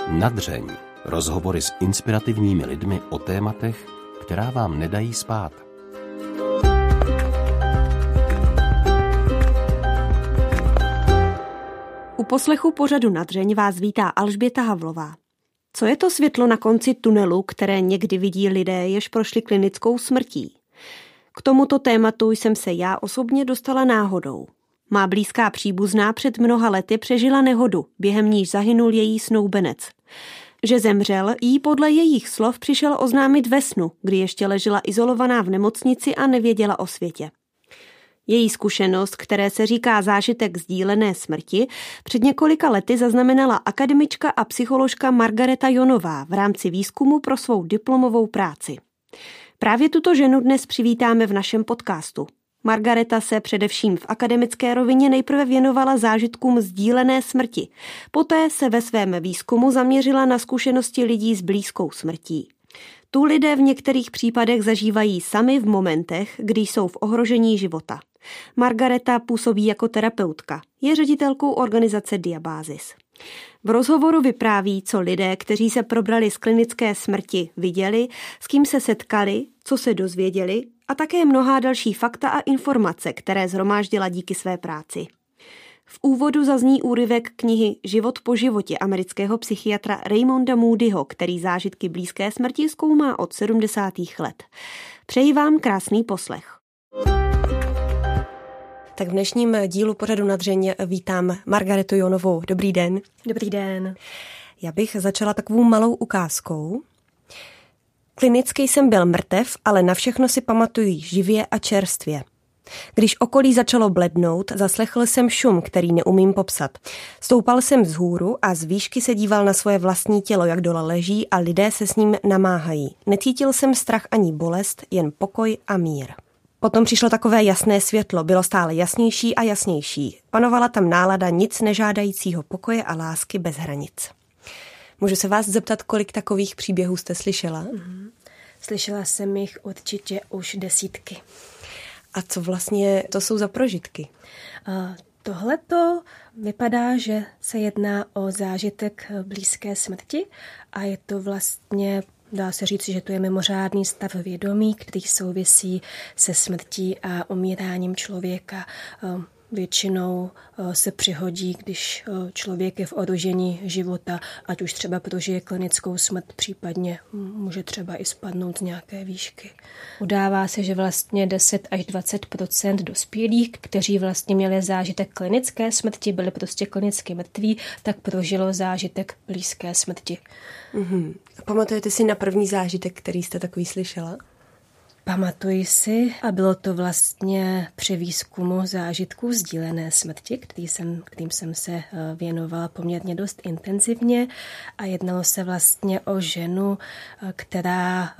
Nadřeň. Rozhovory s inspirativními lidmi o tématech, která vám nedají spát. U poslechu pořadu Nadřeň vás vítá Alžběta Havlová. Co je to světlo na konci tunelu, které někdy vidí lidé, jež prošli klinickou smrtí? K tomuto tématu jsem se já osobně dostala náhodou. Má blízká příbuzná před mnoha lety přežila nehodu, během níž zahynul její snoubenec. Že zemřel, jí podle jejich slov přišel oznámit ve snu, kdy ještě ležela izolovaná v nemocnici a nevěděla o světě. Její zkušenost, které se říká zážitek sdílené smrti, před několika lety zaznamenala akademička a psycholožka Margareta Jonová v rámci výzkumu pro svou diplomovou práci. Právě tuto ženu dnes přivítáme v našem podcastu. Margareta se především v akademické rovině nejprve věnovala zážitkům sdílené smrti. Poté se ve svém výzkumu zaměřila na zkušenosti lidí s blízkou smrtí. Tu lidé v některých případech zažívají sami v momentech, kdy jsou v ohrožení života. Margareta působí jako terapeutka, je ředitelkou organizace Diabázis. V rozhovoru vypráví, co lidé, kteří se probrali z klinické smrti, viděli, s kým se setkali, co se dozvěděli a také mnohá další fakta a informace, které shromáždila díky své práci. V úvodu zazní úryvek knihy Život po životě amerického psychiatra Raymonda Moodyho, který zážitky blízké smrti zkoumá od 70. let. Přeji vám krásný poslech. Tak v dnešním dílu pořadu Nadřeň vítám Margaretu Jonovou. Dobrý den. Dobrý den. Já bych začala takovou malou ukázkou. Klinicky jsem byl mrtev, ale na všechno si pamatuji živě a čerstvě. Když okolí začalo blednout, zaslechl jsem šum, který neumím popsat. Stoupal jsem vzhůru a z výšky se díval na svoje vlastní tělo, jak dole leží a lidé se s ním namáhají. Necítil jsem strach ani bolest, jen pokoj a mír. Potom přišlo takové jasné světlo, bylo stále jasnější a jasnější. Panovala tam nálada nic nežádajícího pokoje a lásky bez hranic. Můžu se vás zeptat, kolik takových příběhů jste slyšela? Slyšela jsem jich určitě už desítky. A co vlastně to jsou za prožitky? Tohleto vypadá, že se jedná o zážitek blízké smrti a je to vlastně, dá se říct, že to je mimořádný stav vědomí, který souvisí se smrtí a umíráním člověka. Většinou se přihodí, když člověk je v ohrožení života, ať už třeba prožije klinickou smrt, případně může třeba i spadnout z nějaké výšky. Udává se, že vlastně 10 až 20% dospělých, kteří vlastně měli zážitek klinické smrti, byli prostě klinicky mrtví, tak prožilo zážitek blízké smrti. Pamatujete si na první zážitek, který jste takový slyšela? Pamatuji si a bylo to vlastně při výzkumu zážitků sdílené smrti, kterým jsem se věnovala poměrně dost intenzivně a jednalo se vlastně o ženu, která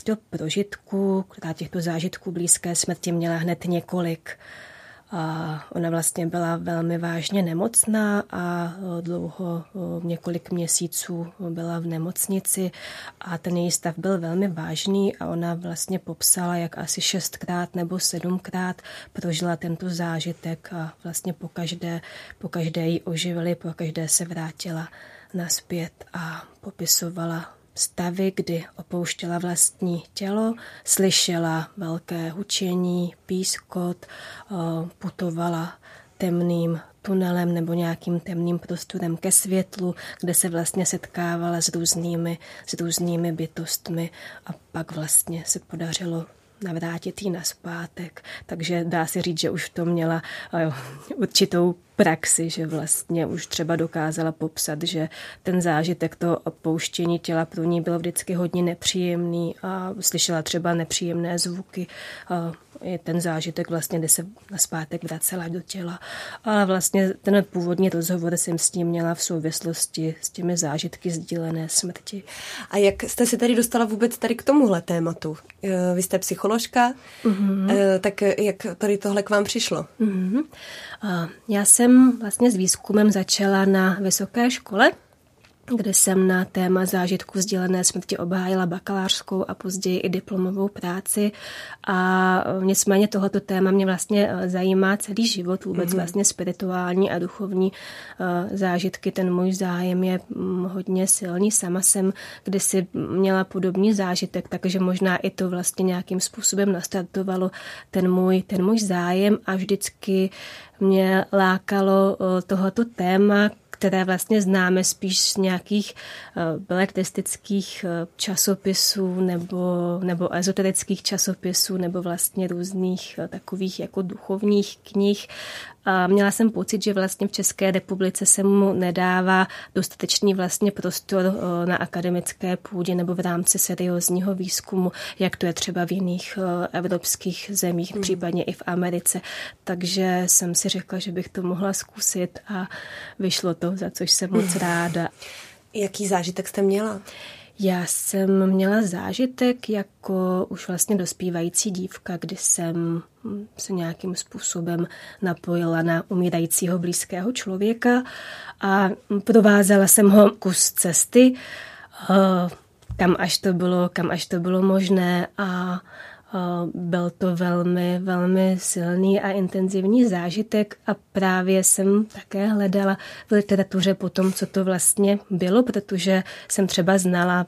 těchto zážitků blízké smrti měla hned několik. A ona vlastně byla velmi vážně nemocná a dlouho, několik měsíců byla v nemocnici a ten její stav byl velmi vážný a ona vlastně popsala, jak asi 6krát nebo 7krát prožila tento zážitek a vlastně pokaždé ji oživili, pokaždé se vrátila nazpět a popisovala stavy, kdy opouštěla vlastní tělo, slyšela velké hučení, pískot, putovala temným tunelem nebo nějakým temným prostorem ke světlu, kde se vlastně setkávala s různými bytostmi a pak vlastně se podařilo navrátit jí nazpátek. Takže dá se říct, že už v tom měla určitou praxi, že vlastně už třeba dokázala popsat, že ten zážitek toho opouštění těla pro ní byl vždycky hodně nepříjemný a slyšela třeba nepříjemné zvuky. Je ten zážitek vlastně, kdy se nazpátek vracela do těla. Ale vlastně ten původní rozhovor jsem s tím měla v souvislosti s těmi zážitky sdílené smrti. A jak jste se tady dostala vůbec tady k tomuhle tématu? Vy jste psycholožka, tak jak tady tohle k vám přišlo? Já jsem vlastně s výzkumem začala na vysoké škole kde jsem na téma zážitku sdílené smrti obhájila bakalářskou a později i diplomovou práci. A nicméně tohleto téma mě vlastně zajímá celý život, vůbec vlastně spirituální a duchovní zážitky. Ten můj zájem je hodně silný. Sama jsem kdysi měla podobný zážitek, takže možná i to vlastně nějakým způsobem nastartovalo ten můj zájem a vždycky mě lákalo tohleto téma, které vlastně známe spíš z nějakých beletristických časopisů nebo ezoterických časopisů nebo vlastně různých takových jako duchovních knih. A měla jsem pocit, že vlastně v České republice se mu nedává dostatečný vlastně prostor na akademické půdě nebo v rámci seriózního výzkumu, jak to je třeba v jiných evropských zemích, případně i v Americe. Takže jsem si řekla, že bych to mohla zkusit a vyšlo to, za což jsem moc ráda. Jaký zážitek jste měla? Já jsem měla zážitek jako už vlastně dospívající dívka, kdy jsem se nějakým způsobem napojila na umírajícího blízkého člověka a provázela jsem ho kus cesty, kam až to bylo možné a byl to velmi, velmi silný a intenzivní zážitek a právě jsem také hledala v literatuře po tom, co to vlastně bylo, protože jsem třeba znala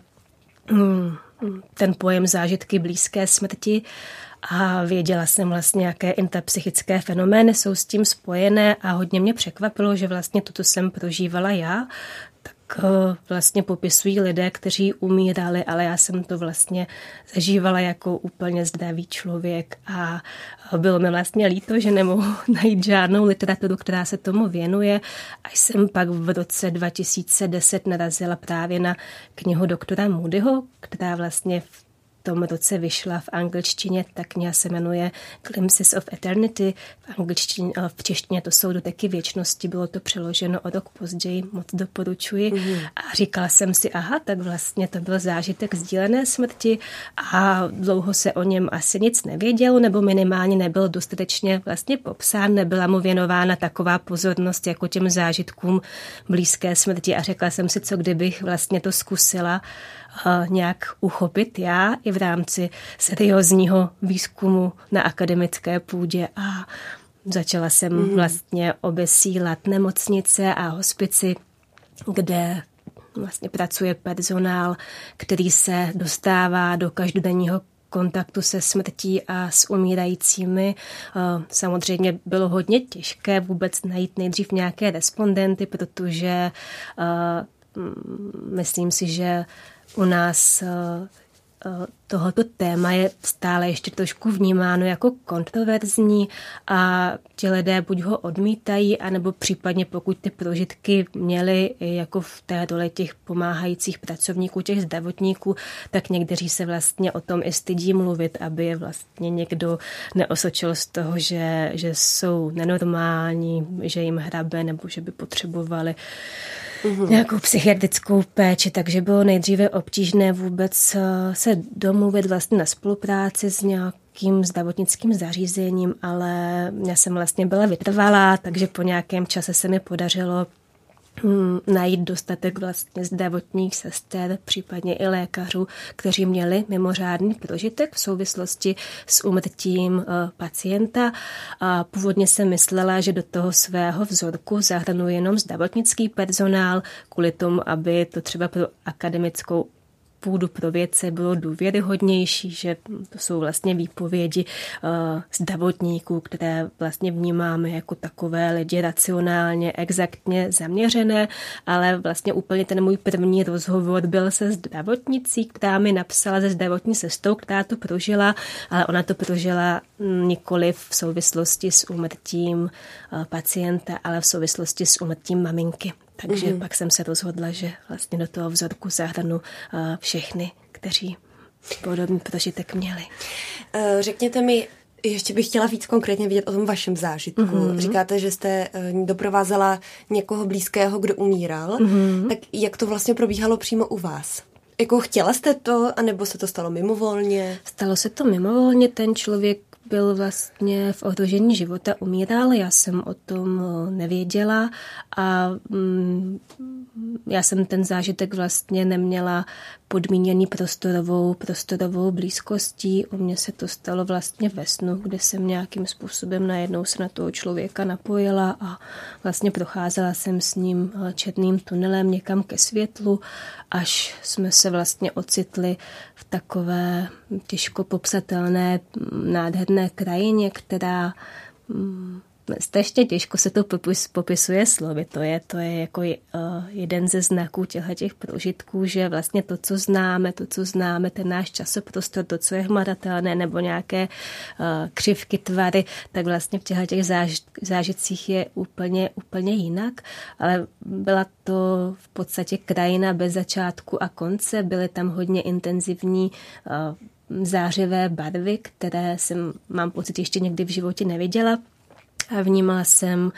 ten pojem zážitky blízké smrti a věděla jsem vlastně, jaké interpsychické fenomény jsou s tím spojené a hodně mě překvapilo, že vlastně toto jsem prožívala já, tak vlastně popisují lidé, kteří umírali, ale já jsem to vlastně zažívala jako úplně zdravý člověk a bylo mi vlastně líto, že nemohu najít žádnou literaturu, která se tomu věnuje. A jsem pak v roce 2010 narazila právě na knihu doktora Moodyho, která vlastně v tom roce vyšla v angličtině, ta kniha se jmenuje Glimpses of Eternity, v češtině to jsou Doteky věčnosti, bylo to přeloženo o rok později, moc doporučuji. A říkala jsem si, tak vlastně to byl zážitek sdílené smrti a dlouho se o něm asi nic nevědělo, nebo minimálně nebyl dostatečně vlastně popsán, nebyla mu věnována taková pozornost jako těm zážitkům blízké smrti a řekla jsem si, co kdybych vlastně to zkusila nějak uchopit já i v rámci seriózního výzkumu na akademické půdě a začala jsem vlastně obesílat nemocnice a hospici, kde vlastně pracuje personál, který se dostává do každodenního kontaktu se smrtí a s umírajícími. Samozřejmě bylo hodně těžké vůbec najít nejdřív nějaké respondenty, protože myslím si, že u nás tohoto téma je stále ještě trošku vnímáno jako kontroverzní a ti lidé buď ho odmítají, anebo případně pokud ty prožitky měli jako v té roli těch pomáhajících pracovníků, těch zdravotníků, tak někteří se vlastně o tom i stydí mluvit, aby je vlastně někdo neosočil z toho, že jsou nenormální, že jim hrabe nebo že by potřebovali nějakou psychiatrickou péči, takže bylo nejdříve obtížné vůbec se domluvit vlastně na spolupráci s nějakým zdravotnickým zařízením, ale já jsem vlastně byla vytrvalá, takže po nějakém čase se mi podařilo najít dostatek vlastně zdravotních sester, případně i lékařů, kteří měli mimořádný prožitek v souvislosti s úmrtím pacienta. A původně jsem myslela, že do toho svého vzorku zahrnu jenom zdravotnický personál, kvůli tomu, aby to třeba pro akademickou půdu pro vědce bylo důvěryhodnější, že to jsou vlastně výpovědi zdravotníků, které vlastně vnímáme jako takové lidi racionálně, exaktně zaměřené, ale vlastně úplně ten můj první rozhovor byl se zdravotnicí, která mi napsala ze zdravotní sestrou, která to prožila, ale ona to prožila nikoli v souvislosti s úmrtím pacienta, ale v souvislosti s úmrtím maminky. Takže pak jsem se rozhodla, že vlastně do toho vzorku zahrnu všechny, kteří podobný prožitek měli. Řekněte mi, ještě bych chtěla víc konkrétně vidět o tom vašem zážitku. Říkáte, že jste doprovázela někoho blízkého, kdo umíral. Tak jak to vlastně probíhalo přímo u vás? Jako chtěla jste to, anebo se to stalo mimovolně? Stalo se to mimovolně, ten člověk byl vlastně v ohrožení života, umíral, já jsem o tom nevěděla a já jsem ten zážitek vlastně neměla podmíněný prostorovou blízkostí. U mě se to stalo vlastně ve snu, kde jsem nějakým způsobem najednou se na toho člověka napojila a vlastně procházela jsem s ním černým tunelem někam ke světlu, až jsme se vlastně ocitli v takové těžko popsatelné, nádherné krajině, která strašně těžko se to popisuje slovy. To je jako jeden ze znaků těch prožitků, že vlastně to, co známe, ten náš časoprostor, to, co je hmatatelné, nebo nějaké křivky, tvary, tak vlastně v těch zážitcích je úplně jinak. Ale byla to v podstatě krajina bez začátku a konce, byly tam hodně intenzivní zářivé barvy, které jsem, mám pocit, ještě někdy v životě neviděla. A vnímala jsem,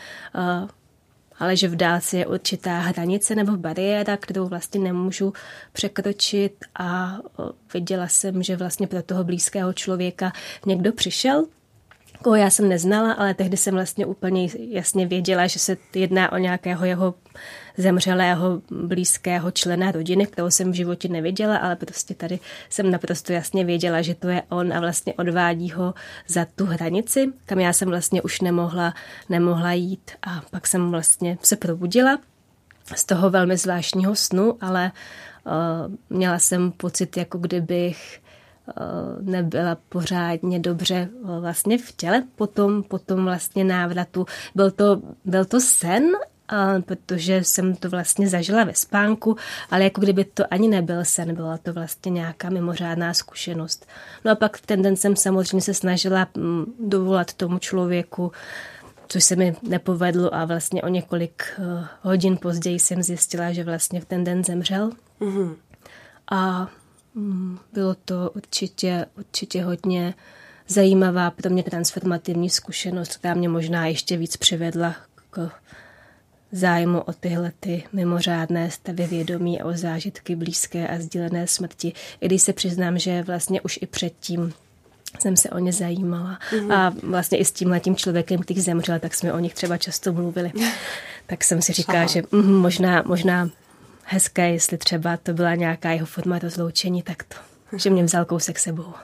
ale že v dálce je určitá hranice nebo bariéra, kterou vlastně nemůžu překročit a viděla jsem, že vlastně pro toho blízkého člověka někdo přišel, koho já jsem neznala, ale tehdy jsem vlastně úplně jasně věděla, že se jedná o nějakého jeho zemřelého blízkého člena rodiny, kterou jsem v životě neviděla, ale prostě tady jsem naprosto jasně věděla, že to je on a vlastně odvádí ho za tu hranici, kam já jsem vlastně už nemohla jít. A pak jsem vlastně se probudila z toho velmi zvláštního snu, ale měla jsem pocit, jako kdybych nebyla pořádně dobře vlastně v těle po tom vlastně návratu. Byl to sen, protože jsem to vlastně zažila ve spánku, ale jako kdyby to ani nebyl sen, byla to vlastně nějaká mimořádná zkušenost. No a pak v ten den jsem samozřejmě se snažila dovolat tomu člověku, což se mi nepovedlo a vlastně o několik hodin později jsem zjistila, že vlastně v ten den zemřel. Mm-hmm. A bylo to určitě hodně zajímavá, pro mě transformativní zkušenost, která mě možná ještě víc přivedla k zájmu o tyhle ty mimořádné stavy vědomí a o zážitky blízké a sdílené smrti. I když se přiznám, že vlastně už i předtím jsem se o ně zajímala. Mm-hmm. A vlastně i s tímhletím člověkem, který zemřel, tak jsme o nich třeba často mluvili. Tak jsem si říkala, že možná hezké, jestli třeba to byla nějaká jeho forma rozloučení, tak to, že mě vzal kousek sebou.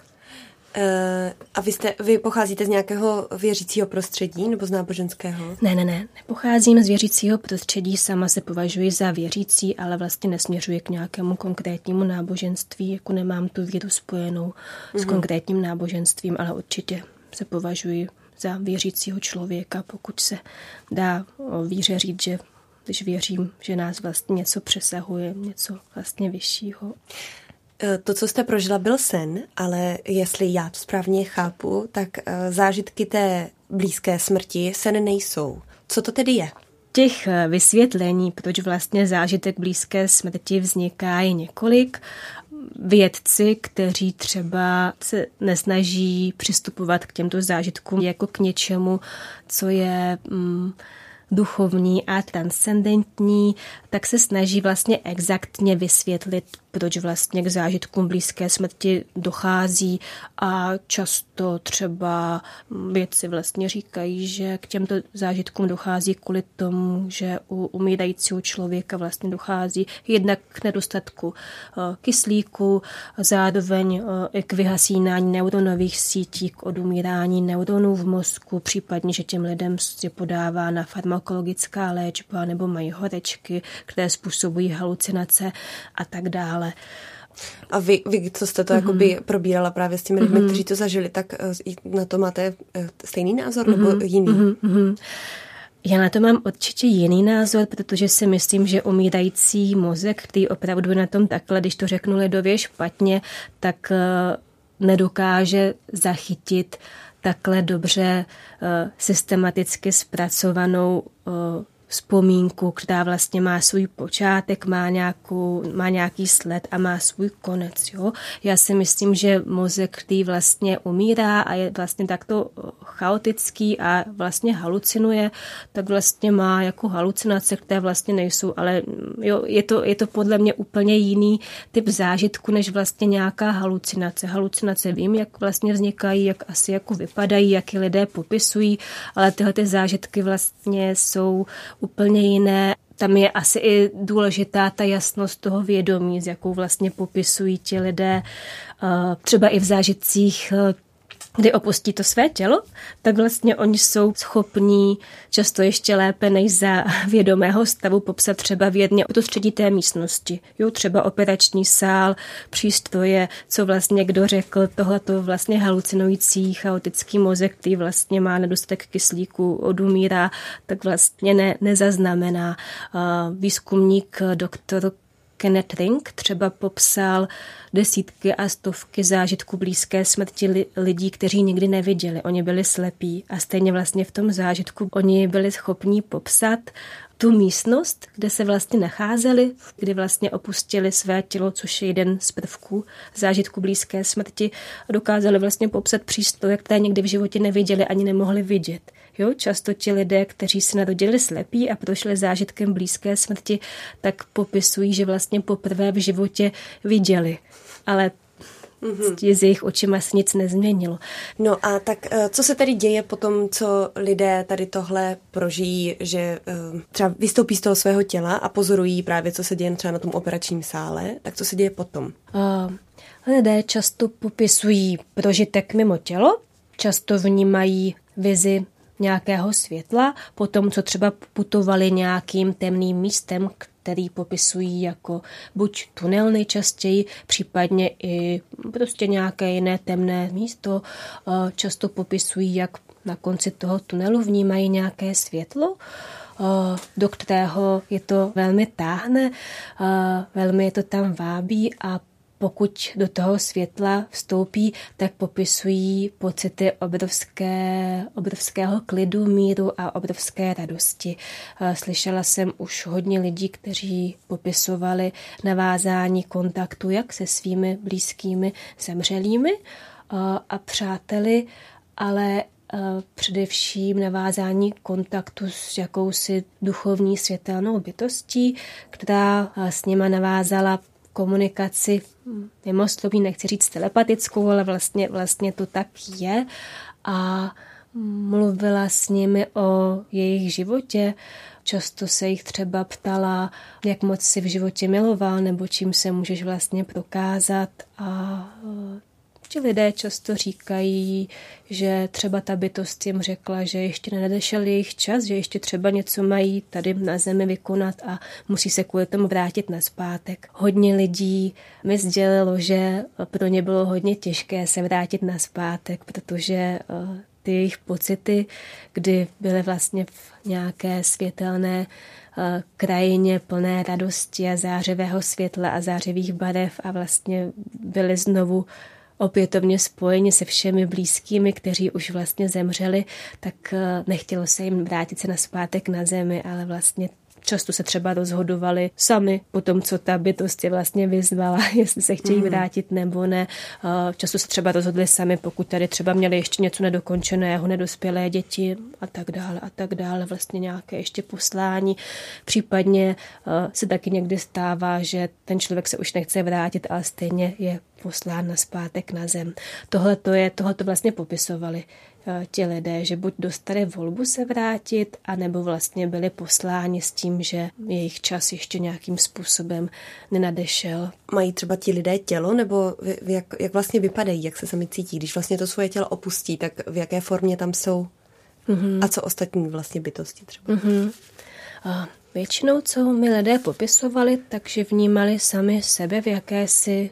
A vy pocházíte z nějakého věřícího prostředí nebo z náboženského? Ne, nepocházím z věřícího prostředí, sama se považuji za věřící, ale vlastně nesměřuji k nějakému konkrétnímu náboženství, jako nemám tu víru spojenou s konkrétním náboženstvím, ale určitě se považuji za věřícího člověka, pokud se dá o víře říct, že když věřím, že nás vlastně něco přesahuje, něco vlastně vyššího. To, co jste prožila, byl sen, ale jestli já to správně chápu, tak zážitky té blízké smrti sen nejsou. Co to tedy je? Těch vysvětlení, proč vlastně zážitek blízké smrti vzniká, je několik. Vědci, kteří třeba se nesnaží přistupovat k těmto zážitkům jako k něčemu, co je duchovní a transcendentní, tak se snaží vlastně exaktně vysvětlit, proč vlastně k zážitkům blízké smrti dochází a často třeba vědci vlastně říkají, že k těmto zážitkům dochází kvůli tomu, že u umírajícího člověka vlastně dochází jednak k nedostatku kyslíku, zároveň i k vyhasínání neuronových sítí, k odumírání neuronů v mozku, případně, že těm lidem je podávána farmakologická léčba nebo mají horečky, které způsobují halucinace a tak dále. A vy co jste to jakoby probírala právě s těmi lidmi, kteří to zažili, tak na to máte stejný názor nebo jiný? Já na to mám určitě jiný názor, protože si myslím, že umírající mozek, který opravdu na tom takhle, když to řeknu lidově špatně, tak nedokáže zachytit takhle dobře systematicky zpracovanou vzpomínku, která vlastně má svůj počátek, má nějaký sled a má svůj konec. Jo? Já si myslím, že mozek, který vlastně umírá a je vlastně takto chaotický a vlastně halucinuje, tak vlastně má jako halucinace, které vlastně nejsou, ale jo, je to podle mě úplně jiný typ zážitku, než vlastně nějaká halucinace. Halucinace vím, jak vlastně vznikají, jak asi jako vypadají, jak je lidé popisují, ale tyhle ty zážitky vlastně jsou úplně jiné. Tam je asi i důležitá ta jasnost toho vědomí, s jakou vlastně popisují ti lidé, třeba i v zážitcích, kdy opustí to své tělo, tak vlastně oni jsou schopní často ještě lépe než za vědomého stavu popsat třeba vědně prostředí té místnosti. Jo, třeba operační sál, přístroje, co vlastně kdo řekl, tohleto vlastně halucinující chaotický mozek, který vlastně má nedostatek kyslíku, odumírá, tak vlastně nezaznamená. Výzkumník doktor Kenneth Ring třeba popsal desítky a stovky zážitků blízké smrti lidí, kteří nikdy neviděli. Oni byli slepí a stejně vlastně v tom zážitku oni byli schopní popsat tu místnost, kde se vlastně nacházeli, kdy vlastně opustili své tělo, což je jeden z prvků zážitku blízké smrti, a dokázali vlastně popsat přístroje, které nikdy v životě neviděli ani nemohli vidět. Jo, často ti lidé, kteří se narodili slepí a prošli zážitkem blízké smrti, tak popisují, že vlastně poprvé v životě viděli. Ale s jejich očima se nic nezměnilo. No a tak co se tady děje potom, co lidé tady tohle prožijí, že třeba vystoupí z toho svého těla a pozorují právě, co se děje třeba na tom operačním sále, tak co se děje potom? Lidé často popisují prožitek mimo tělo, často vnímají vizi nějakého světla, potom co třeba putovali nějakým temným místem, který popisují jako buď tunel nejčastěji, případně i prostě nějaké jiné temné místo. Často popisují, jak na konci toho tunelu vnímají nějaké světlo, do kterého je to velmi táhne, velmi je to tam vábí a pokud do toho světla vstoupí, tak popisují pocity obrovského klidu, míru a obrovské radosti. Slyšela jsem už hodně lidí, kteří popisovali navázání kontaktu jak se svými blízkými zemřelými a přáteli, ale především navázání kontaktu s jakousi duchovní světelnou bytostí, která s nima navázala komunikaci mimoslovní, nechci říct telepatickou, ale vlastně to tak je a mluvila s nimi o jejich životě. Často se jich třeba ptala, jak moc si v životě miloval nebo čím se můžeš vlastně prokázat a ti lidé často říkají, že třeba ta bytost jim řekla, že ještě nenadešel jejich čas, že ještě třeba něco mají tady na zemi vykonat a musí se kvůli tomu vrátit nazpátek. Hodně lidí mi sdělilo, že pro ně bylo hodně těžké se vrátit nazpátek, protože ty jejich pocity, kdy byly vlastně v nějaké světelné krajině plné radosti a zářivého světla a zářivých barev a vlastně byly znovu opětovně spojeni se všemi blízkými, kteří už vlastně zemřeli, tak nechtělo se jim vrátit se nazpátek na zemi, ale vlastně často se třeba rozhodovali sami po tom, co ta bytost je vlastně vyzvala, jestli se chtějí vrátit nebo ne. Často se třeba rozhodli sami, pokud tady třeba měli ještě něco nedokončeného, nedospělé děti a tak dále, vlastně nějaké ještě poslání. Případně se taky někdy stává, že ten člověk se už nechce vrátit, ale stejně je poslán nazpátek na zem. Tohle vlastně popisovali ti lidé, že buď dostali volbu se vrátit, anebo vlastně byli posláni s tím, že jejich čas ještě nějakým způsobem nenadešel. Mají třeba ti lidé tělo, nebo jak vlastně vypadají, jak se sami cítí, když vlastně to svoje tělo opustí, tak v jaké formě tam jsou? A co ostatní vlastně bytosti třeba? Většinou, co mi lidé popisovali, takže vnímali sami sebe v jakési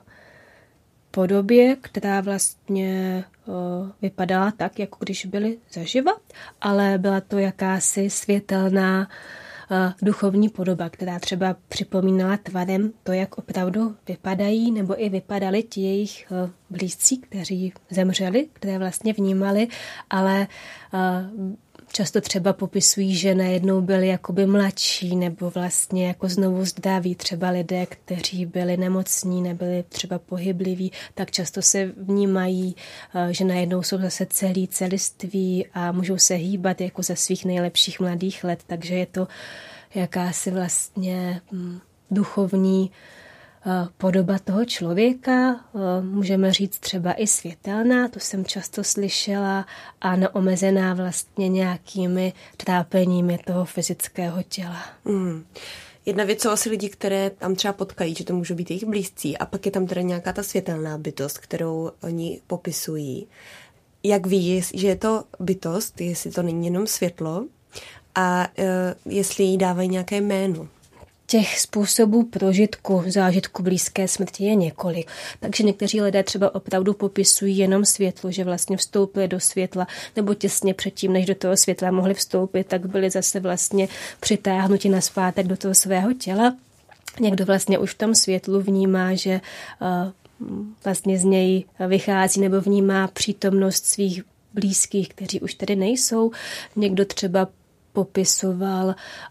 podobě, která vlastně vypadala tak, jako když byli zaživa, ale byla to jakási světelná duchovní podoba, která třeba připomínala tvarem to, jak opravdu vypadají, nebo i vypadali ti jejich blízcí, kteří zemřeli, které vlastně vnímali, ale často třeba popisují, že najednou byli jakoby mladší nebo vlastně jako znovu zdraví. Třeba lidé, kteří byli nemocní, nebyli třeba pohybliví, tak často se vnímají, že najednou jsou zase celiství a můžou se hýbat jako za svých nejlepších mladých let. Takže je to jakási vlastně duchovní podoba toho člověka, můžeme říct třeba i světelná, to jsem často slyšela, a neomezená vlastně nějakými trápeními toho fyzického těla. Jedna věc jsou asi lidi, které tam třeba potkají, že to můžou být jejich blízcí, a pak je tam teda nějaká ta světelná bytost, kterou oni popisují. Jak ví, že je to bytost, jestli to není jenom světlo, a jestli jí dávají nějaké jméno? Těch způsobů prožitku, zážitku blízké smrti je několik. Takže někteří lidé třeba opravdu popisují jenom světlo, že vlastně vstoupili do světla, nebo těsně předtím, než do toho světla mohli vstoupit, tak byli zase vlastně přitáhnuti nazpátek do toho svého těla. Někdo vlastně už v tom světlu vnímá, že vlastně z něj vychází nebo vnímá přítomnost svých blízkých, kteří už tady nejsou. Někdo třeba popisoval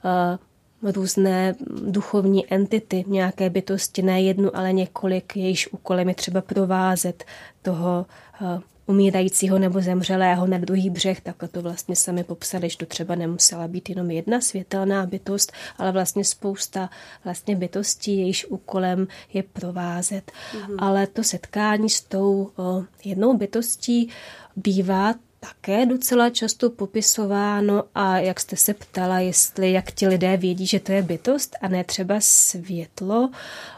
různé duchovní entity, nějaké bytosti, ne jednu, ale několik, jejíž úkolem je třeba provázet toho umírajícího nebo zemřelého na druhý břeh, tak to vlastně sami popsali, že to třeba nemusela být jenom jedna světelná bytost, ale vlastně spousta vlastně bytostí, jejíž úkolem je provázet. Ale to setkání s tou jednou bytostí bývá také docela často popisováno, a jak jste se ptala, jestli jak ti lidé vědí, že to je bytost a ne třeba světlo,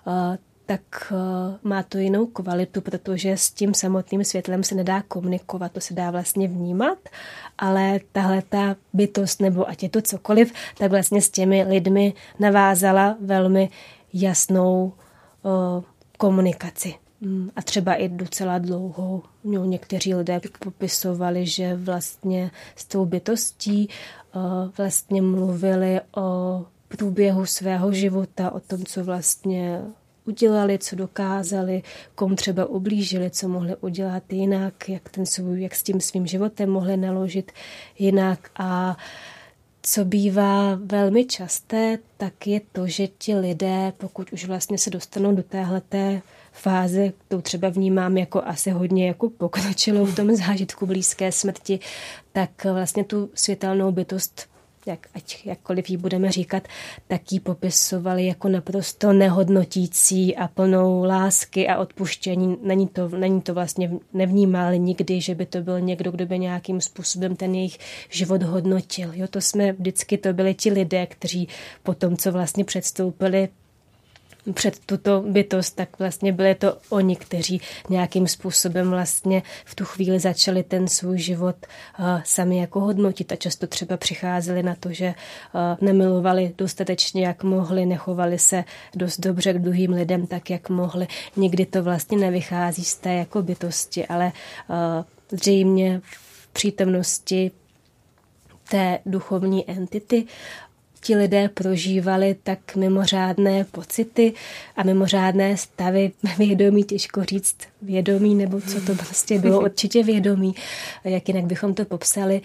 tak má to jinou kvalitu, protože s tím samotným světlem se nedá komunikovat, to se dá vlastně vnímat, ale tahle ta bytost, nebo ať je to cokoliv, tak vlastně s těmi lidmi navázala velmi jasnou komunikaci. A třeba i docela dlouhou. Někteří lidé popisovali, že vlastně s tou bytostí vlastně mluvili o průběhu svého života, o tom, co vlastně udělali, co dokázali, komu třeba ublížili, co mohli udělat jinak, jak s tím svým životem mohli naložit jinak. A co bývá velmi časté, tak je to, že ti lidé, pokud už vlastně se dostanou do téhleté fáze, to třeba vnímám jako asi hodně jako pokročilou v tom zážitku blízké smrti, tak vlastně tu světelnou bytost, jakkoliv jí budeme říkat, tak ji popisovali jako naprosto nehodnotící a plnou lásky a odpuštění. Není to vlastně, nevnímali nikdy, že by to byl někdo, kdo by nějakým způsobem ten jejich život hodnotil. Jo, to byli ti lidé, kteří po tom, co vlastně předstoupili před tuto bytost, tak vlastně byli to oni, kteří nějakým způsobem vlastně v tu chvíli začali ten svůj život sami jako hodnotit a často třeba přicházeli na to, že nemilovali dostatečně, jak mohli, nechovali se dost dobře k druhým lidem, tak jak mohli. Někdy to vlastně nevychází z té jako bytosti, ale zřejmě v přítomnosti té duchovní entity ti lidé prožívali tak mimořádné pocity a mimořádné stavy vědomí, těžko říct vědomí, nebo co to prostě bylo, určitě vědomí, jak jinak bychom to popsali,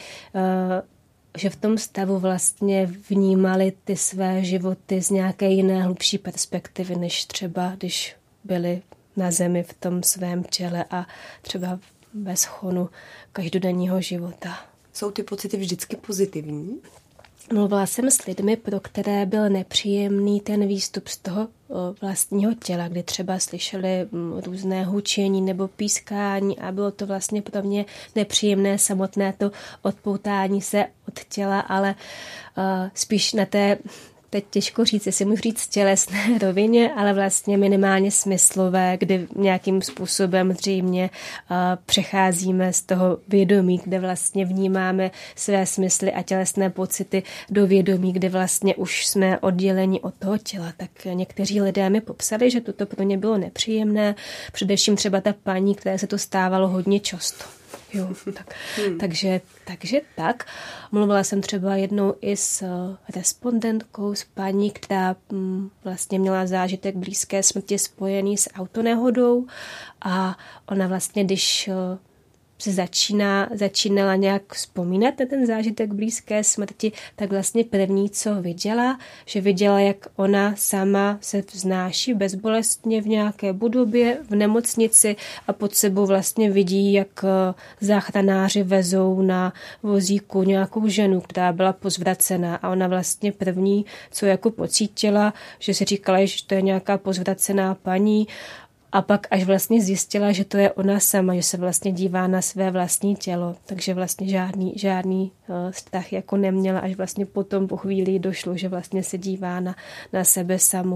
že v tom stavu vlastně vnímali ty své životy z nějaké jiné hlubší perspektivy, než třeba když byli na zemi v tom svém těle a třeba ve schonu každodenního života. Jsou ty pocity vždycky pozitivní? Mluvila jsem s lidmi, pro které byl nepříjemný ten výstup z toho vlastního těla, kdy třeba slyšeli různé hučení nebo pískání a bylo to vlastně pro mě nepříjemné samotné to odpoutání se od těla, ale spíš na té, teď těžko říct, jestli můžu říct tělesné rovině, ale vlastně minimálně smyslové, kdy nějakým způsobem zřejmě přecházíme z toho vědomí, kde vlastně vnímáme své smysly a tělesné pocity do vědomí, kde vlastně už jsme odděleni od toho těla. Tak někteří lidé mi popsali, že toto pro ně bylo nepříjemné, především třeba ta paní, které se to stávalo hodně často. Jo, tak. Takže tak. Mluvila jsem třeba jednou i s respondentkou, s paní, která vlastně měla zážitek blízké smrti spojený s autonehodou a ona vlastně, když se začínala nějak vzpomínat na ten zážitek blízké smrti, tak vlastně první, co viděla, že viděla, jak ona sama se vznáší bezbolestně v nějaké budově v nemocnici a pod sebou vlastně vidí, jak záchranáři vezou na vozíku nějakou ženu, která byla pozvracená a ona vlastně první, co jako pocítila, že si říkala, že to je nějaká pozvracená paní. A pak až vlastně zjistila, že to je ona sama, že se vlastně dívá na své vlastní tělo, takže vlastně žádný strach jako neměla, až vlastně potom po chvíli došlo, že vlastně se dívá na sebe samu.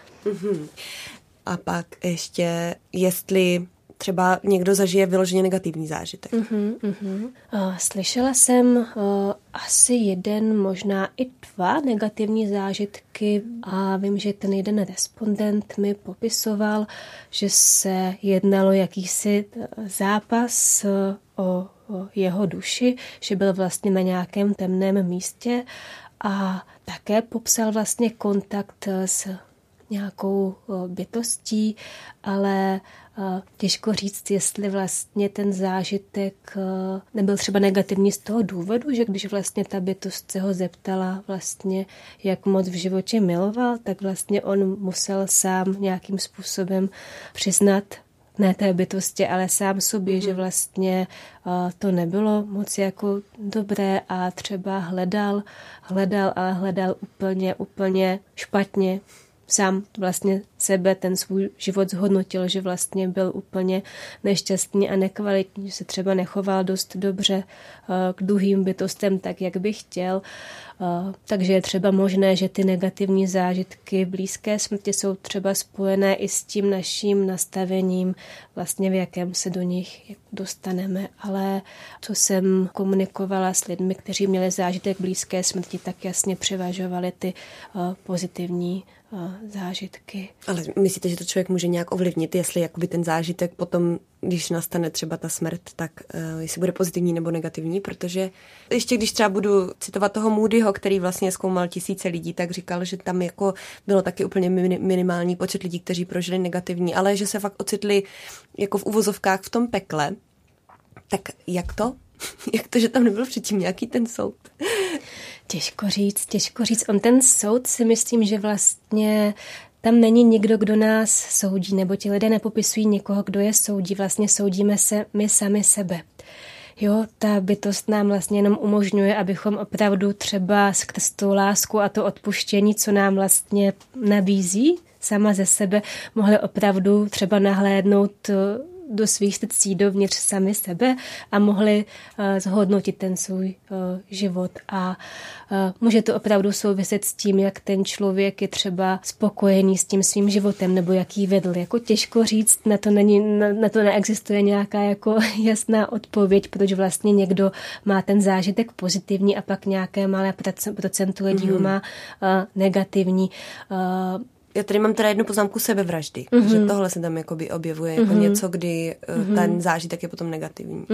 A pak ještě, jestli třeba někdo zažije vyloženě negativní zážitek. Slyšela jsem asi 1, možná i 2 negativní zážitky a vím, že ten jeden respondent mi popisoval, že se jednalo jakýsi zápas o jeho duši, že byl vlastně na nějakém temném místě a také popsal vlastně kontakt s nějakou bytostí, ale těžko říct, jestli vlastně ten zážitek nebyl třeba negativní z toho důvodu, že když vlastně ta bytost se ho zeptala vlastně, jak moc v životě miloval, tak vlastně on musel sám nějakým způsobem přiznat, ne té bytosti, ale sám sobě, že vlastně to nebylo moc jako dobré a třeba hledal, ale hledal úplně špatně. Sám vlastně sebe, ten svůj život zhodnotil, že vlastně byl úplně nešťastný a nekvalitní, že se třeba nechoval dost dobře k druhým bytostem tak, jak by chtěl. Takže je třeba možné, že ty negativní zážitky blízké smrti jsou třeba spojené i s tím naším nastavením, vlastně v jakém se do nich dostaneme. Ale co jsem komunikovala s lidmi, kteří měli zážitek blízké smrti, tak jasně převažovaly ty pozitivní zážitky. Ale myslíte, že to člověk může nějak ovlivnit, jestli jakoby ten zážitek potom, když nastane třeba ta smrt, tak jestli bude pozitivní nebo negativní, protože ještě když třeba budu citovat toho Moodyho, který vlastně zkoumal tisíce lidí, tak říkal, že tam jako bylo taky úplně minimální počet lidí, kteří prožili negativní, ale že se fakt ocitli jako v uvozovkách v tom pekle. Tak jak to? Jak to, že tam nebyl předtím nějaký ten soud? Těžko říct. On ten soud si myslím, že vlastně tam není nikdo, kdo nás soudí, nebo ti lidé nepopisují někoho, kdo je soudí. Vlastně soudíme se my sami sebe. Jo, ta bytost nám vlastně jenom umožňuje, abychom opravdu třeba skrz tu lásku a to odpuštění, co nám vlastně nabízí sama ze sebe, mohli opravdu třeba nahlédnout do svých srdcí, dovnitř sami sebe a mohli zhodnotit ten svůj život. A může to opravdu souviset s tím, jak ten člověk je třeba spokojený s tím svým životem, nebo jaký vedl. Jako těžko říct, na to neexistuje nějaká jako jasná odpověď, proč vlastně někdo má ten zážitek pozitivní a pak nějaké malé procento lidí ho má negativní. Já tady mám teda jednu poznámku sebevraždy, že tohle se tam jakoby objevuje jako něco, kdy ten zážitek je potom negativní.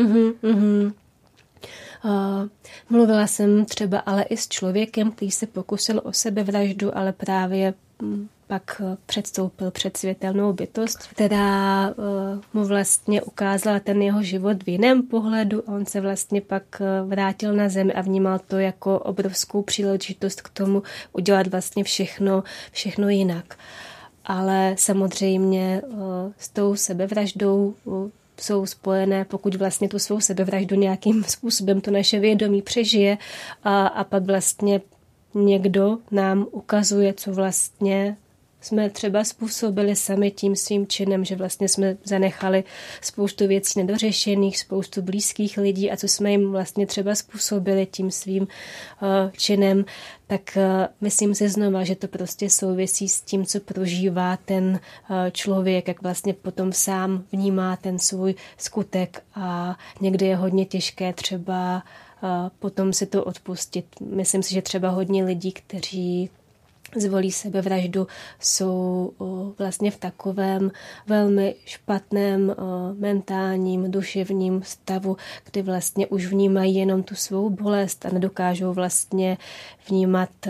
Mluvila jsem třeba ale i s člověkem, který se pokusil o sebevraždu, ale právě pak předstoupil před světelnou bytost, která mu vlastně ukázala ten jeho život v jiném pohledu a on se vlastně pak vrátil na zemi a vnímal to jako obrovskou příležitost k tomu udělat vlastně všechno jinak. Ale samozřejmě s tou sebevraždou jsou spojené, pokud vlastně tu svou sebevraždu nějakým způsobem to naše vědomí přežije a pak vlastně někdo nám ukazuje, co vlastně jsme třeba způsobili sami tím svým činem, že vlastně jsme zanechali spoustu věcí nedořešených, spoustu blízkých lidí a co jsme jim vlastně třeba způsobili tím svým činem, tak myslím si znova, že to prostě souvisí s tím, co prožívá ten člověk, jak vlastně potom sám vnímá ten svůj skutek a někdy je hodně těžké třeba potom si to odpustit. Myslím si, že třeba hodně lidí, kteří zvolí sebevraždu, jsou vlastně v takovém velmi špatném mentálním, duševním stavu, kdy vlastně už vnímají jenom tu svou bolest a nedokážou vlastně vnímat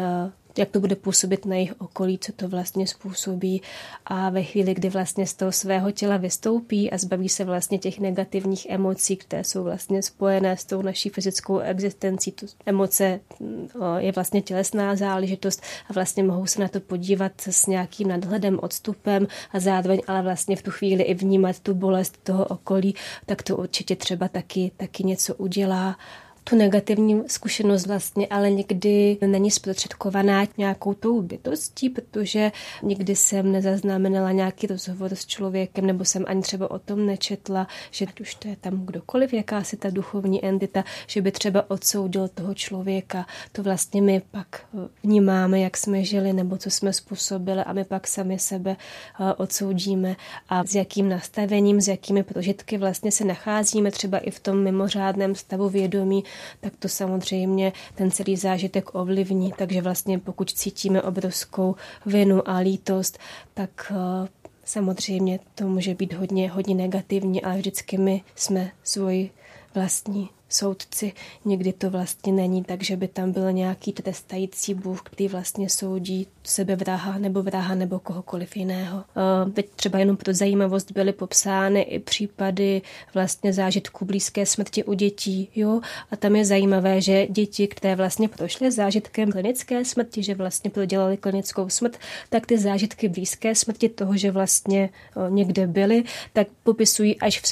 jak to bude působit na jejich okolí, co to vlastně způsobí a ve chvíli, kdy vlastně z toho svého těla vystoupí a zbaví se vlastně těch negativních emocí, které jsou vlastně spojené s tou naší fyzickou existencí. Tu emoce je vlastně tělesná záležitost a vlastně mohou se na to podívat s nějakým nadhledem, odstupem a zároveň ale vlastně v tu chvíli i vnímat tu bolest toho okolí, tak to určitě třeba taky něco udělá. Tu negativní zkušenost vlastně ale někdy není zprostředkovaná nějakou tou bytostí, protože nikdy jsem nezaznamenala nějaký rozhovor s člověkem, nebo jsem ani třeba o tom nečetla, že už to je tam kdokoliv, jakási ta duchovní entita, že by třeba odsoudil toho člověka. To vlastně my pak vnímáme, jak jsme žili, nebo co jsme způsobili a my pak sami sebe odsoudíme a s jakým nastavením, s jakými prožitky vlastně se nacházíme třeba i v tom mimořádném stavu vědomí, tak to samozřejmě ten celý zážitek ovlivní. Takže vlastně pokud cítíme obrovskou vinu a lítost, tak samozřejmě to může být hodně negativní, ale vždycky my jsme svoji vlastní soudci. Někdy to vlastně není tak, že by tam byl nějaký trestající Bůh, který vlastně soudí sebevraha nebo kohokoliv jiného. Teď třeba jenom pro zajímavost byly popsány i případy vlastně zážitku blízké smrti u dětí. Jo? A tam je zajímavé, že děti, které vlastně prošly zážitkem klinické smrti, že vlastně prodělali klinickou smrt, tak ty zážitky blízké smrti toho, že vlastně někde byly, tak popisují až v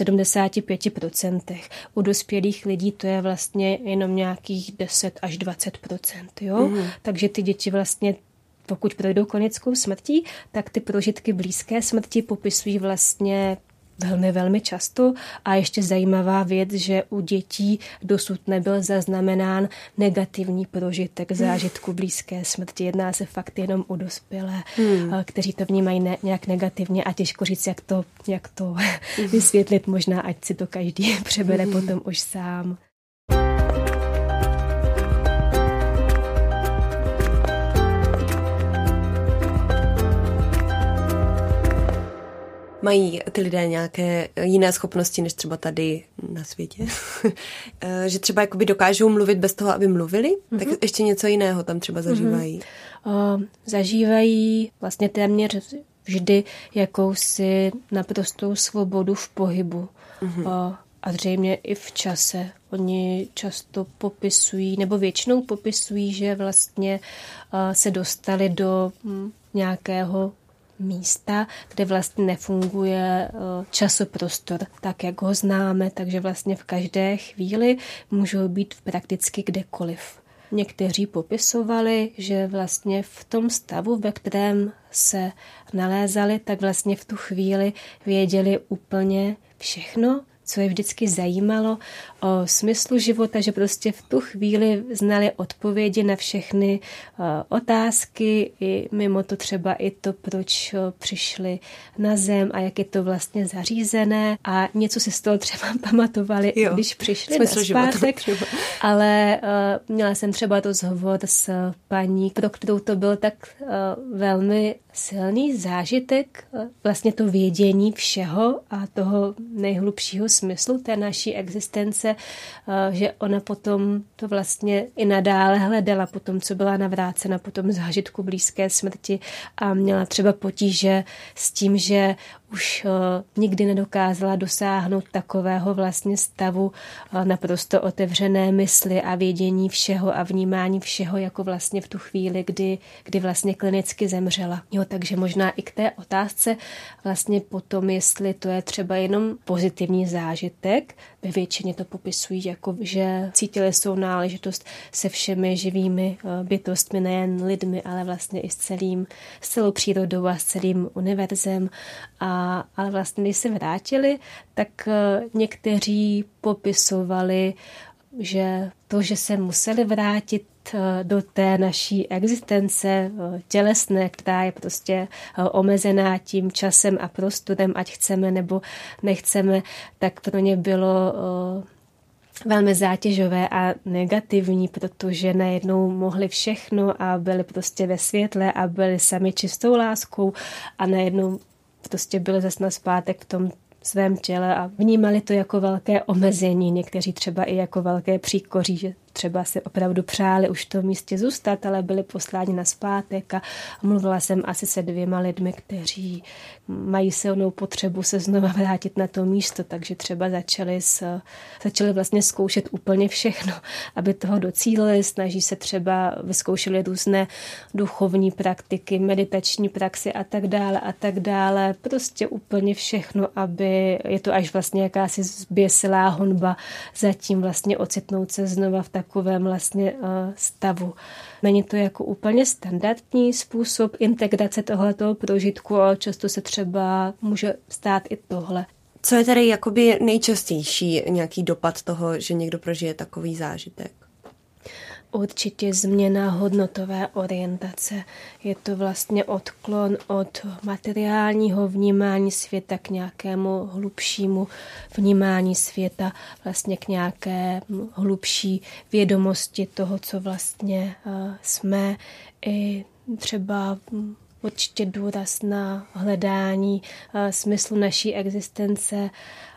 75%. U dospělých lidí to je vlastně jenom nějakých 10 až 20%. Jo? Takže ty děti vlastně, pokud projdou klinickou smrtí, tak ty prožitky blízké smrti popisují vlastně velmi často. A ještě zajímavá věc, že u dětí dosud nebyl zaznamenán negativní prožitek zážitku blízké smrti. Jedná se fakt jenom o dospělé, kteří to vnímají nějak negativně a těžko říct, jak to vysvětlit. Možná, ať si to každý přebere potom už sám. Mají ty lidé nějaké jiné schopnosti, než třeba tady na světě? Že třeba jakoby dokážou mluvit bez toho, aby mluvili? Tak ještě něco jiného tam třeba zažívají? Zažívají vlastně téměř vždy jakousi naprostou svobodu v pohybu. A zřejmě i v čase. Oni často popisují, nebo většinou popisují, že vlastně se dostali do nějakého místa, kde vlastně nefunguje časoprostor tak, jak ho známe, takže vlastně v každé chvíli můžou být prakticky kdekoliv. Někteří popisovali, že vlastně v tom stavu, ve kterém se nalézali, tak vlastně v tu chvíli věděli úplně všechno, co je vždycky zajímalo o smyslu života, že prostě v tu chvíli znali odpovědi na všechny otázky, i mimo to třeba i to, proč přišli na zem a jak je to vlastně zařízené a něco si z toho třeba pamatovali, když přišli na zpátek. Ale měla jsem třeba rozhovor s paní, pro kterou to byl tak velmi silný zážitek, vlastně to vědění všeho a toho nejhlubšího smyslu té naší existence, že ona potom to vlastně i nadále hledala po tom, co byla navrácena po tom zážitku blízké smrti a měla třeba potíže s tím, že už nikdy nedokázala dosáhnout takového vlastně stavu naprosto otevřené mysli a vědění všeho a vnímání všeho jako vlastně v tu chvíli, kdy vlastně klinicky zemřela. Jo, takže možná i k té otázce vlastně potom, jestli to je třeba jenom pozitivní zážitek, ve většině to popisují jako, že cítili svou náležitost se všemi živými bytostmi, nejen lidmi, ale vlastně i s celou přírodou a s celým univerzem. Ale vlastně, když se vrátili, tak někteří popisovali, že to, že se museli vrátit do té naší existence tělesné, která je prostě omezená tím časem a prostorem, ať chceme nebo nechceme, tak pro ně bylo velmi zátěžové a negativní, protože najednou mohli všechno a byli prostě ve světle a byli sami čistou láskou a najednou prostě byli zase nazpátek v tom svém těle a vnímali to jako velké omezení, někteří třeba i jako velké příkoří, že třeba si opravdu přáli už v tom místě zůstat, ale byli posláni nazpátek a mluvila jsem asi se 2 lidmi, kteří mají silnou potřebu se znova vrátit na to místo, takže třeba začali vlastně zkoušet úplně všechno, aby toho docílili, snaží se třeba, vyzkoušeli různé duchovní praktiky, meditační praxi a tak dále, prostě úplně všechno, aby je to až vlastně jakási zběsilá honba zatím vlastně ocitnout se znova v takovém vlastně stavu. Není to jako úplně standardní způsob integrace tohletoho prožitku, ale často se třeba může stát i tohle. Co je tady jakoby nejčastější nějaký dopad toho, že někdo prožije takový zážitek? Určitě změna hodnotové orientace. Je to vlastně odklon od materiálního vnímání světa k nějakému hlubšímu vnímání světa, vlastně k nějaké hlubší vědomosti toho, co vlastně jsme. I třeba určitě důraz na hledání smyslu naší existence.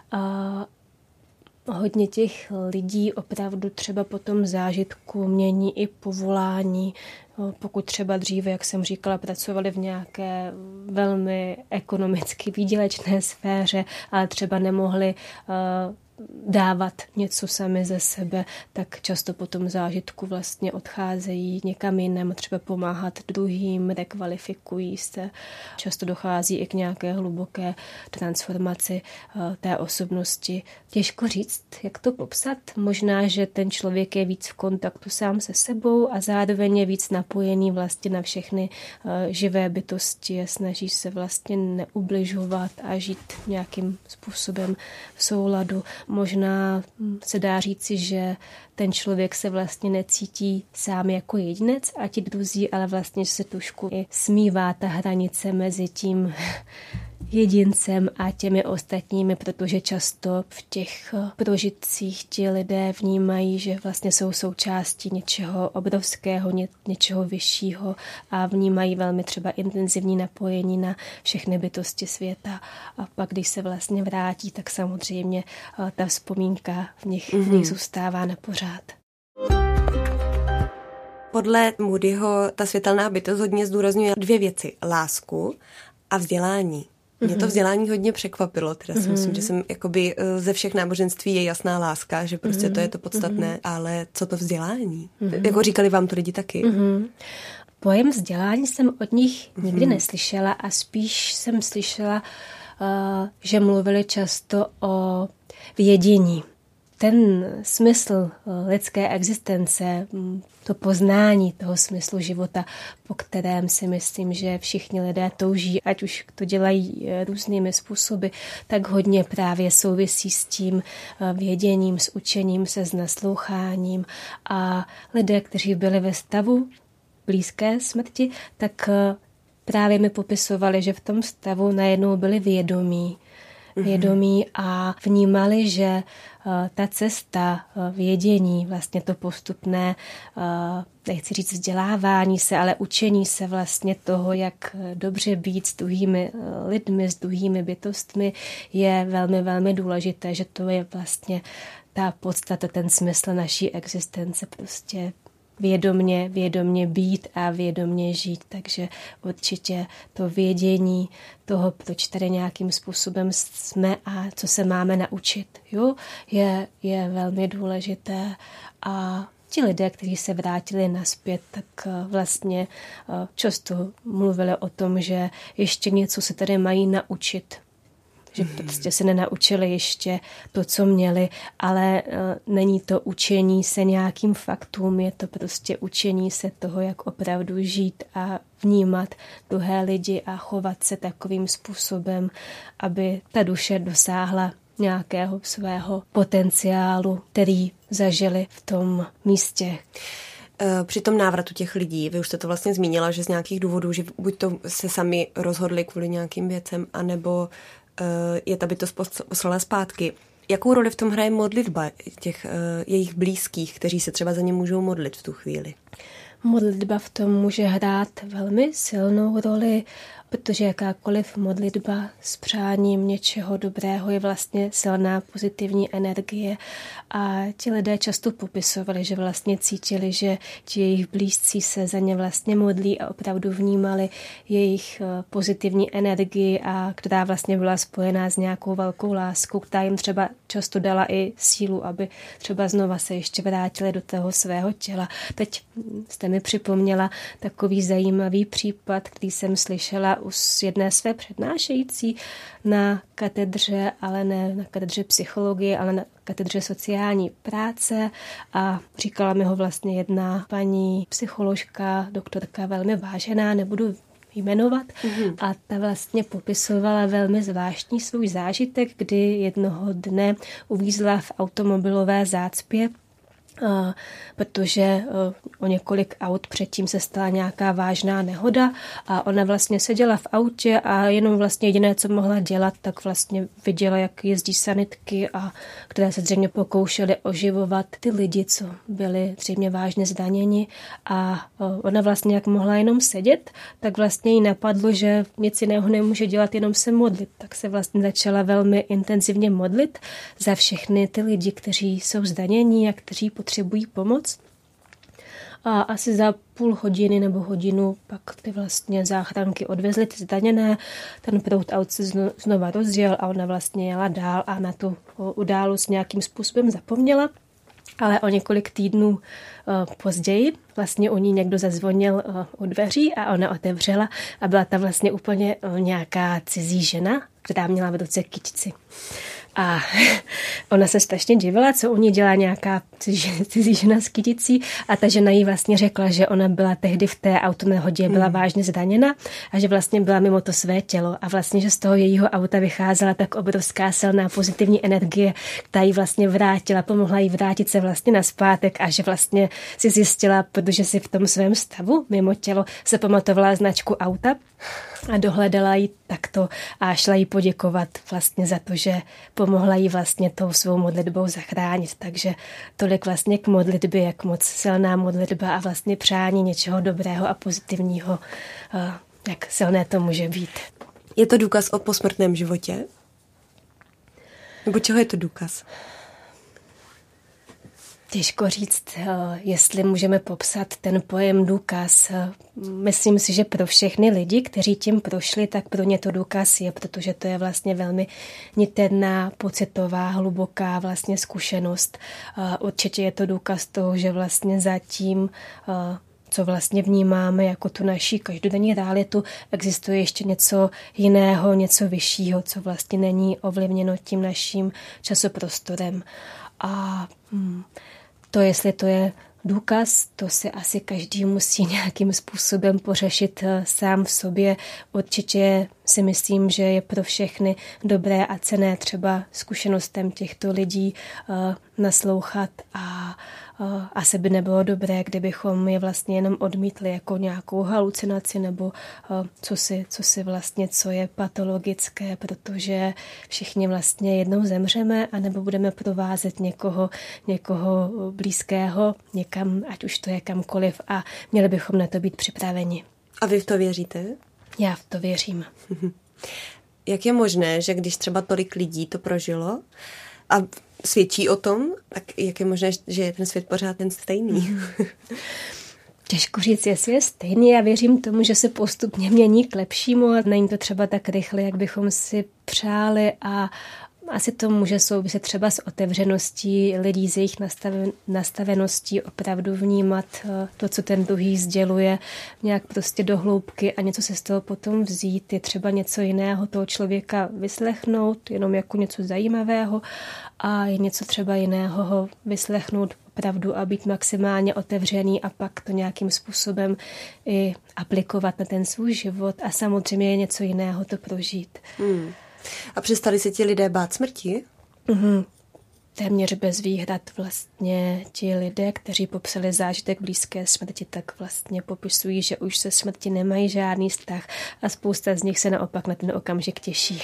Hodně těch lidí opravdu třeba po tom zážitku mění i povolání. Pokud třeba dříve, jak jsem říkala, pracovali v nějaké velmi ekonomicky výdělečné sféře, ale třeba nemohli dávat něco sami ze sebe, tak často po tom zážitku vlastně odcházejí někam jinam, třeba pomáhat druhým, rekvalifikují se. Často dochází i k nějaké hluboké transformaci té osobnosti. Těžko říct, jak to popsat. Možná, že ten člověk je víc v kontaktu sám se sebou a zároveň je víc napojený vlastně na všechny živé bytosti a snaží se vlastně neubližovat a žít nějakým způsobem v souladu. Možná se dá říci, že ten člověk se vlastně necítí sám jako jedinec a ti druzí, ale vlastně se trošku i smívá ta hranice mezi tím jedincem a těmi ostatními, protože často v těch prožitcích ti lidé vnímají, že vlastně jsou součástí něčeho obrovského, něčeho vyššího a vnímají velmi třeba intenzivní napojení na všechny bytosti světa. A pak, když se vlastně vrátí, tak samozřejmě ta vzpomínka v nich zůstává na pořád. Podle Moodyho ta světelná bytost hodně zdůrazňuje 2 věci. Lásku a vzdělání. Mě to vzdělání hodně překvapilo, teda si myslím, že jsem jakoby ze všech náboženství je jasná láska, že prostě to je to podstatné, ale co to vzdělání? Jako říkali vám to lidi taky? Pojem vzdělání jsem od nich nikdy neslyšela a spíš jsem slyšela, že mluvili často o vědění. Ten smysl lidské existence, to poznání toho smyslu života, po kterém si myslím, že všichni lidé touží, ať už to dělají různými způsoby, tak hodně právě souvisí s tím věděním, s učením se, s nasloucháním. A lidé, kteří byli ve stavu blízké smrti, tak právě mi popisovali, že v tom stavu najednou byli vědomí a vnímali, že ta cesta vědění, vlastně to postupné, nechci říct vzdělávání se, ale učení se vlastně toho, jak dobře být s druhými lidmi, s druhými bytostmi, je velmi, velmi důležité, že to je vlastně ta podstata, ten smysl naší existence, prostě vědomně být a vědomně žít. Takže určitě to vědění toho, proč tady nějakým způsobem jsme a co se máme naučit, je velmi důležité. A ti lidé, kteří se vrátili nazpět, tak vlastně často mluvili o tom, že ještě něco se tady mají naučit. Že prostě se nenaučili ještě to, co měli, ale není to učení se nějakým faktům, je to prostě učení se toho, jak opravdu žít a vnímat druhé lidi a chovat se takovým způsobem, aby ta duše dosáhla nějakého svého potenciálu, který zažili v tom místě. Při tom návratu těch lidí, vy už jste to vlastně zmínila, že z nějakých důvodů, že buď to se sami rozhodli kvůli nějakým věcem, anebo je ta bytost poslala zpátky. Jakou roli v tom hraje modlitba těch jejich blízkých, kteří se třeba za ně můžou modlit v tu chvíli? Modlitba v tom může hrát velmi silnou roli. protože jakákoliv modlitba s přáním něčeho dobrého je vlastně silná pozitivní energie a ti lidé často popisovali, že vlastně cítili, že ti jejich blízcí se za ně vlastně modlí a opravdu vnímali jejich pozitivní energii, a která vlastně byla spojená s nějakou velkou láskou, která jim třeba často dala i sílu, aby třeba znova se ještě vrátili do toho svého těla. Teď jste mi připomněla takový zajímavý případ, který jsem slyšela u jedné své přednášející na katedře, ale ne na katedře psychologie, ale na katedře sociální práce, a říkala mi ho vlastně jedna paní psycholožka, doktorka velmi vážená, nebudu jmenovat, a ta vlastně popisovala velmi zvláštní svůj zážitek, kdy jednoho dne uvízla v automobilové zácpě, protože o několik aut předtím se stala nějaká vážná nehoda a ona vlastně seděla v autě a jenom vlastně jediné, co mohla dělat, tak vlastně viděla, jak jezdí sanitky, a které se zřejmě pokoušely oživovat ty lidi, co byli zřejmě vážně zraněni, a ona vlastně jak mohla jenom sedět, tak vlastně jí napadlo, že nic jiného nemůže dělat, jenom se modlit. Tak se vlastně začala velmi intenzivně modlit za všechny ty lidi, kteří jsou zranění a kteří potřebují pomoc. A asi za půl hodiny nebo hodinu pak ty vlastně záchranky odvezly ty zraněné, ten proud aut se znova rozjel a ona vlastně jela dál a na tu událost nějakým způsobem zapomněla. Ale o několik týdnů později vlastně u ní někdo zazvonil u dveří a ona otevřela a byla tam vlastně úplně nějaká cizí žena, která měla v ruce kytici. A ona se strašně divila, co u ní dělá nějaká cizí žena s kyticí, a ta žena jí vlastně řekla, že ona byla tehdy v té autonehodě, byla vážně zraněna a že vlastně byla mimo to své tělo a vlastně, že z toho jejího auta vycházela tak obrovská silná pozitivní energie, která jí vlastně vrátila, pomohla jí vrátit se vlastně nazpátek, a že vlastně si zjistila, protože si v tom svém stavu mimo tělo se pamatovala značku auta a dohledala jí takto a šla jí poděkovat vlastně za to, že pomohla jí vlastně tou svou modlitbou zachránit. Takže tolik vlastně k modlitbě, jak moc silná modlitba a vlastně přání něčeho dobrého a pozitivního, jak silné to může být. Je to důkaz o posmrtném životě? Nebo čeho je to důkaz? Těžko říct, jestli můžeme popsat ten pojem důkaz. Myslím si, že pro všechny lidi, kteří tím prošli, tak pro ně to důkaz je, protože to je vlastně velmi niterná, pocitová, hluboká vlastně zkušenost. Určitě je to důkaz toho, že vlastně zatím, co vlastně vnímáme jako tu naší každodenní realitu, existuje ještě něco jiného, něco vyššího, co vlastně není ovlivněno tím naším časoprostorem. A to, jestli to je důkaz, to si asi každý musí nějakým způsobem pořešit sám v sobě. Určitě si myslím, že je pro všechny dobré a cenné třeba zkušenostem těchto lidí naslouchat, a asi by nebylo dobré, kdybychom je vlastně jenom odmítli jako nějakou halucinaci nebo co je patologické, protože všichni vlastně jednou zemřeme, anebo budeme provázet někoho blízkého někam, ať už to je kamkoliv, a měli bychom na to být připraveni. A vy v to věříte? Já v to věřím. Jak je možné, že když třeba tolik lidí to prožilo a svědčí o tom, tak jak je možné, že je ten svět pořád ten stejný? Těžko říct, jestli je stejný. Já věřím tomu, že se postupně mění k lepšímu a není to třeba tak rychle, jak bychom si přáli, a asi to může souviset třeba s otevřeností lidí, s jejich nastaveností opravdu vnímat to, co ten druhý sděluje, nějak prostě do hloubky a něco se z toho potom vzít. Je třeba něco jiného toho člověka vyslechnout, jenom jako něco zajímavého, a je něco třeba jiného ho vyslechnout opravdu a být maximálně otevřený a pak to nějakým způsobem i aplikovat na ten svůj život, a samozřejmě je něco jiného to prožít. A přestali se ti lidé bát smrti? Téměř bez výhrad vlastně ti lidé, kteří popsali zážitek blízké smrti, tak vlastně popisují, že už se smrti nemají žádný strach a spousta z nich se naopak na ten okamžik těší.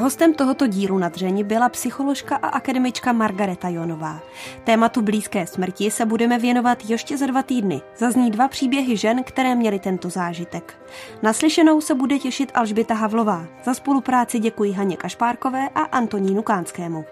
Hostem tohoto dílu Na dřeň byla psycholožka a akademička Margareta Jonová. Tématu blízké smrti se budeme věnovat ještě za 2 týdny. Zazní 2 příběhy žen, které měly tento zážitek. Naslyšenou se bude těšit Alžběta Havlová. Za spolupráci děkuji Haně Kašpárkové a Antonínu Kánskému.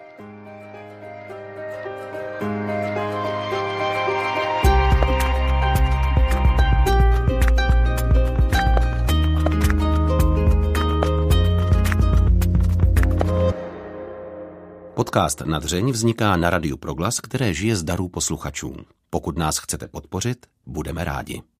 Podcast Na dřeň vzniká na Radiu Proglas, které žije z darů posluchačů. Pokud nás chcete podpořit, budeme rádi.